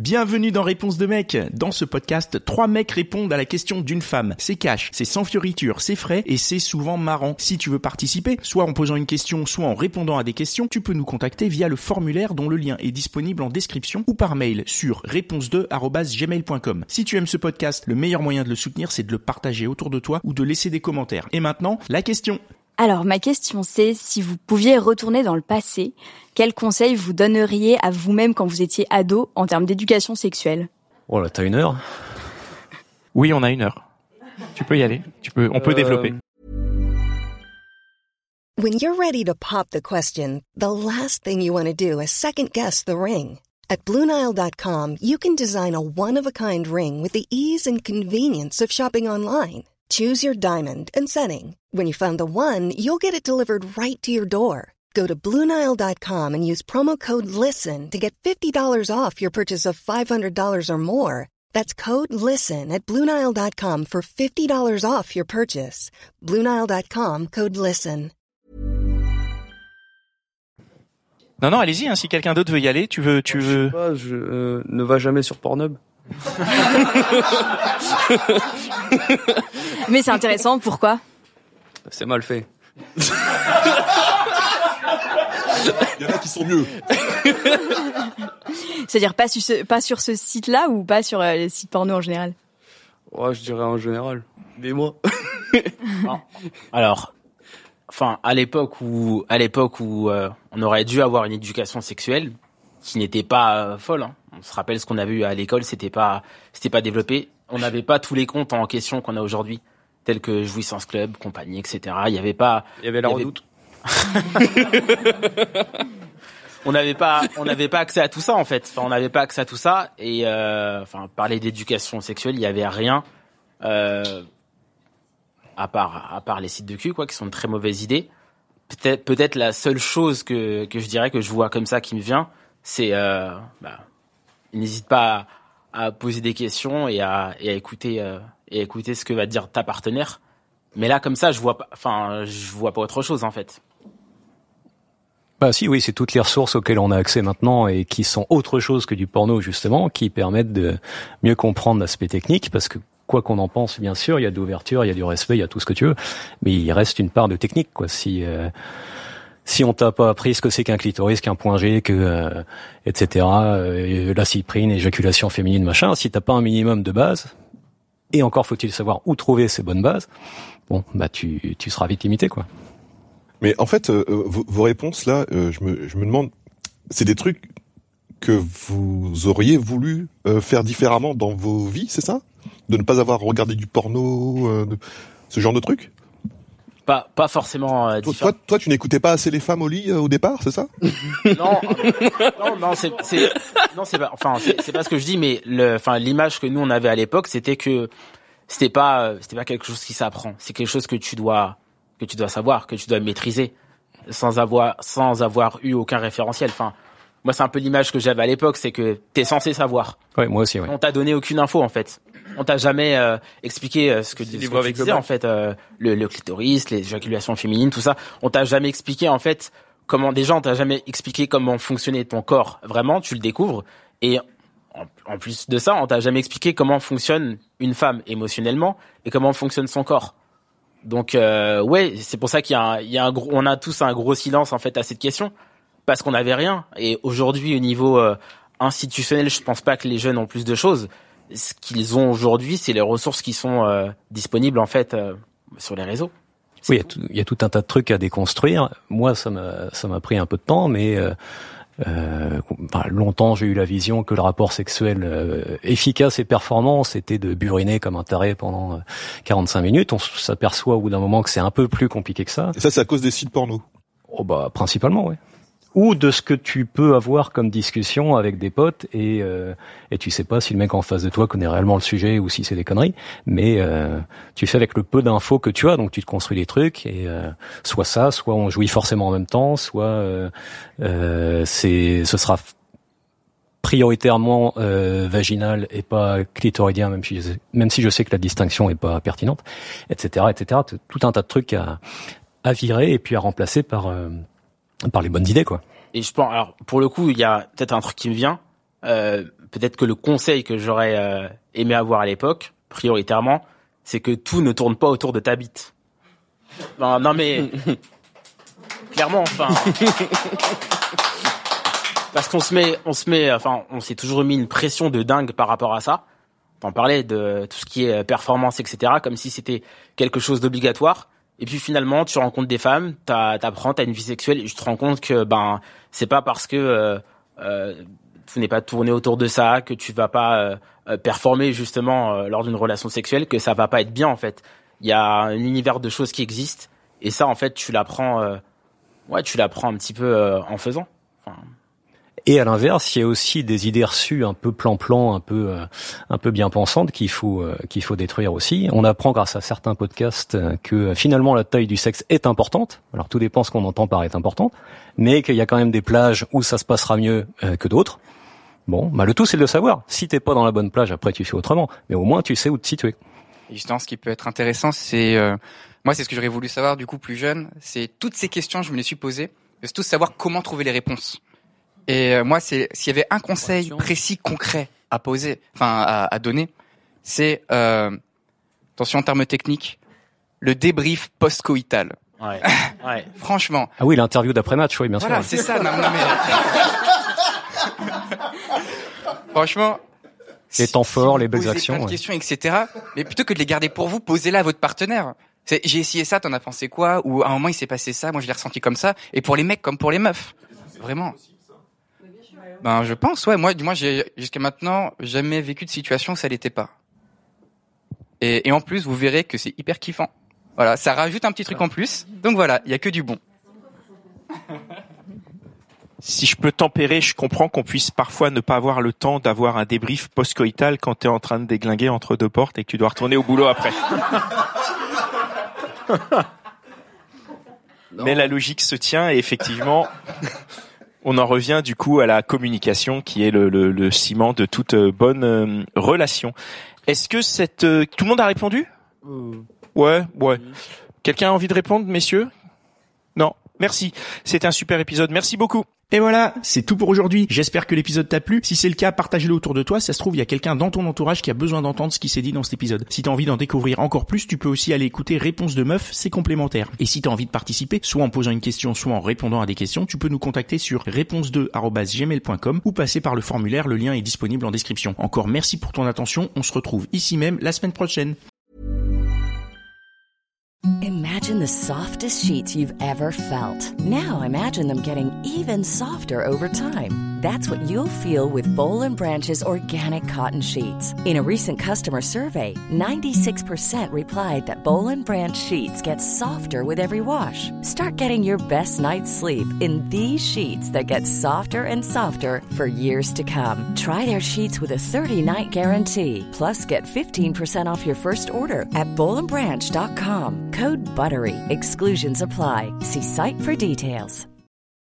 Bienvenue dans Réponse de mec. Dans ce podcast, 3 mecs répondent à la question d'une femme. C'est cash, c'est sans fioriture, c'est frais et c'est souvent marrant. Si tu veux participer, soit en posant une question, soit en répondant à des questions, tu peux nous contacter via le formulaire dont le lien est disponible en description ou par mail sur réponse2@gmail.com. Si tu aimes ce podcast, le meilleur moyen de le soutenir, c'est de le partager autour de toi ou de laisser des commentaires. Et maintenant, la question. Alors, ma question c'est, si vous pouviez retourner dans le passé, quels conseils vous donneriez à vous-même quand vous étiez ado en termes d'éducation sexuelle ? Oh là, t'as 1 heure ? Oui, on a 1 heure. Tu peux y aller. On peut développer. When you're ready to pop the question, the last thing you want to do is second-guess the ring. At BlueNile.com, you can design a one-of-a-kind ring with the ease and convenience of shopping online. Choose your diamond and setting. When you find the one, you'll get it delivered right to your door. Go to BlueNile.com and use promo code LISTEN to get $50 off your purchase of $500 or more. That's code LISTEN at BlueNile.com for $50 off your purchase. BlueNile.com, code LISTEN. Non, allez-y, hein, si quelqu'un d'autre veut y aller, tu veux... Je sais pas, ne va jamais sur Pornhub. Mais c'est intéressant, pourquoi ? C'est mal fait. Il y en a qui sont mieux. C'est-à-dire pas sur ce site-là ou pas sur les sites porno en général ? Ouais, je dirais en général. Mais moi. Non. Alors, à l'époque où on aurait dû avoir une éducation sexuelle qui n'était pas folle. Hein. On se rappelle ce qu'on avait eu à l'école, c'était pas développé. On n'avait pas tous les comptes en question qu'on a aujourd'hui, tels que Jouissance Club, compagnie, etc. Il y avait la Redoute. On n'avait pas accès à tout ça en fait. On n'avait pas accès à tout ça et parler d'éducation sexuelle, il y avait rien à part les sites de cul quoi, qui sont de très mauvaises idées. Peut-être la seule chose que je dirais que je vois comme ça qui me vient, c'est n'hésite pas à poser des questions et à écouter ce que va te dire ta partenaire. Mais là comme ça, je vois pas autre chose en fait. Bah si, oui, c'est toutes les ressources auxquelles on a accès maintenant et qui sont autre chose que du porno justement, qui permettent de mieux comprendre l'aspect technique, parce que quoi qu'on en pense, bien sûr, il y a de l'ouverture, il y a du respect, il y a tout ce que tu veux, mais il reste une part de technique, quoi. Si on t'a pas appris ce que c'est qu'un clitoris, qu'un point G, etc., la cyprine, éjaculation féminine, machin, si t'as pas un minimum de base, et encore faut-il savoir où trouver ces bonnes bases, bon, bah tu seras vite limité, quoi. Mais en fait, vos réponses là, je me demande, c'est des trucs que vous auriez voulu faire différemment dans vos vies, c'est ça ? De ne pas avoir regardé du porno, ce genre de trucs ? Pas forcément différent. Toi, tu n'écoutais pas assez les femmes au lit au départ, c'est ça ? Non, c'est pas ce que je dis, mais l'image que nous on avait à l'époque, c'était que c'était pas quelque chose qui s'apprend, c'est quelque chose que tu dois savoir, que tu dois maîtriser, sans avoir eu aucun référentiel. Moi, c'est un peu l'image que j'avais à l'époque, c'est que t'es censé savoir. Ouais, moi aussi, ouais. On t'a donné aucune info, en fait. On t'a jamais expliqué ce que tu disais, en fait, le clitoris, les éjaculations féminines, tout ça. On t'a jamais expliqué, en fait, on t'a jamais expliqué comment fonctionnait ton corps. Vraiment, tu le découvres. Et en plus de ça, on t'a jamais expliqué comment fonctionne une femme émotionnellement et comment fonctionne son corps. Donc, c'est pour ça on a tous un gros silence, en fait, à cette question. Parce qu'on n'avait rien. Et aujourd'hui, au niveau institutionnel, je pense pas que les jeunes ont plus de choses. Ce qu'ils ont aujourd'hui, c'est les ressources qui sont disponibles en fait sur les réseaux. Oui, il y a tout un tas de trucs à déconstruire. Moi, ça m'a pris un peu de temps, mais longtemps j'ai eu la vision que le rapport sexuel efficace et performant, c'était de buriner comme un taré pendant 45 minutes. On s'aperçoit au bout d'un moment que c'est un peu plus compliqué que ça. Et ça, c'est à cause des sites porno. Oh bah principalement, oui. Ou de ce que tu peux avoir comme discussion avec des potes et tu sais pas si le mec en face de toi connaît réellement le sujet ou si c'est des conneries, mais tu fais avec le peu d'infos que tu as, donc tu te construis des trucs et soit on jouit forcément en même temps, soit ce sera prioritairement vaginal et pas clitoridien, même si je sais que la distinction est pas pertinente, etc. Tout un tas de trucs à virer et puis à remplacer par les bonnes idées, quoi. Et je pense, alors pour le coup, il y a peut-être un truc qui me vient. peut-être que le conseil que j'aurais aimé avoir à l'époque, prioritairement, c'est que tout ne tourne pas autour de ta bite. Enfin, non mais clairement, enfin, parce qu'on on s'est toujours mis une pression de dingue par rapport à ça. T'en parlais de tout ce qui est performance, etc., comme si c'était quelque chose d'obligatoire. Et puis finalement, tu rencontres des femmes, t'apprends, t'as une vie sexuelle, et tu te rends compte que c'est pas parce que tout n'est pas tourné autour de ça, que tu vas pas performer justement lors d'une relation sexuelle, que ça va pas être bien en fait. Il y a un univers de choses qui existent, et ça en fait tu l'apprends un petit peu en faisant. Enfin... Et à l'inverse, il y a aussi des idées reçues un peu plan-plan, un peu bien pensantes qu'il faut détruire aussi. On apprend grâce à certains podcasts que finalement la taille du sexe est importante. Alors tout dépend ce qu'on entend par être importante, mais qu'il y a quand même des plages où ça se passera mieux que d'autres. Bon, le tout c'est de le savoir. Si t'es pas dans la bonne plage, après tu fais autrement, mais au moins tu sais où te situer. Et justement, ce qui peut être intéressant, c'est moi c'est ce que j'aurais voulu savoir du coup plus jeune, c'est toutes ces questions je me les suis posées, mais surtout savoir comment trouver les réponses. Et moi, s'il y avait un conseil précis, concret à poser, à donner, c'est attention en termes techniques, le débrief post-coïtal. Ouais. Franchement. Ah oui, l'interview d'après-match, oui, bien sûr. Voilà, c'est ça. Non, mais... Franchement. Les temps forts, les belles actions. Plein de questions, etc. Mais plutôt que de les garder pour vous, posez-la à votre partenaire. J'ai essayé ça, t'en as pensé quoi? Ou à un moment il s'est passé ça, moi je l'ai ressenti comme ça. Et pour les mecs comme pour les meufs, vraiment. Je pense, ouais. Moi, j'ai jusqu'à maintenant jamais vécu de situation où ça l'était pas. Et en plus, vous verrez que c'est hyper kiffant. Voilà, ça rajoute un petit truc en plus. Donc voilà, il y a que du bon. Si je peux tempérer, je comprends qu'on puisse parfois ne pas avoir le temps d'avoir un débrief post-coïtal quand t'es en train de déglinguer entre deux portes et que tu dois retourner au boulot après. Mais la logique se tient et effectivement, on en revient du coup à la communication qui est le ciment de toute bonne relation. Est-ce que tout le monde a répondu? Ouais. Quelqu'un a envie de répondre, messieurs? Non. Merci. C'était un super épisode. Merci beaucoup. Et voilà, c'est tout pour aujourd'hui. J'espère que l'épisode t'a plu. Si c'est le cas, partage-le autour de toi. Ça se trouve, il y a quelqu'un dans ton entourage qui a besoin d'entendre ce qui s'est dit dans cet épisode. Si t'as envie d'en découvrir encore plus, tu peux aussi aller écouter Réponse de Meuf, c'est complémentaire. Et si t'as envie de participer, soit en posant une question, soit en répondant à des questions, tu peux nous contacter sur réponse2@gmail.com ou passer par le formulaire. Le lien est disponible en description. Encore merci pour ton attention. On se retrouve ici même la semaine prochaine. Imagine the softest sheets you've ever felt. Now imagine them getting even softer over time. That's what you'll feel with Boll & Branch's organic cotton sheets. In a recent customer survey, 96% replied that Boll & Branch sheets get softer with every wash. Start getting your best night's sleep in these sheets that get softer and softer for years to come. Try their sheets with a 30-night guarantee. Plus, get 15% off your first order at bollandbranch.com. Code BUTTERY. Exclusions apply. See site for details.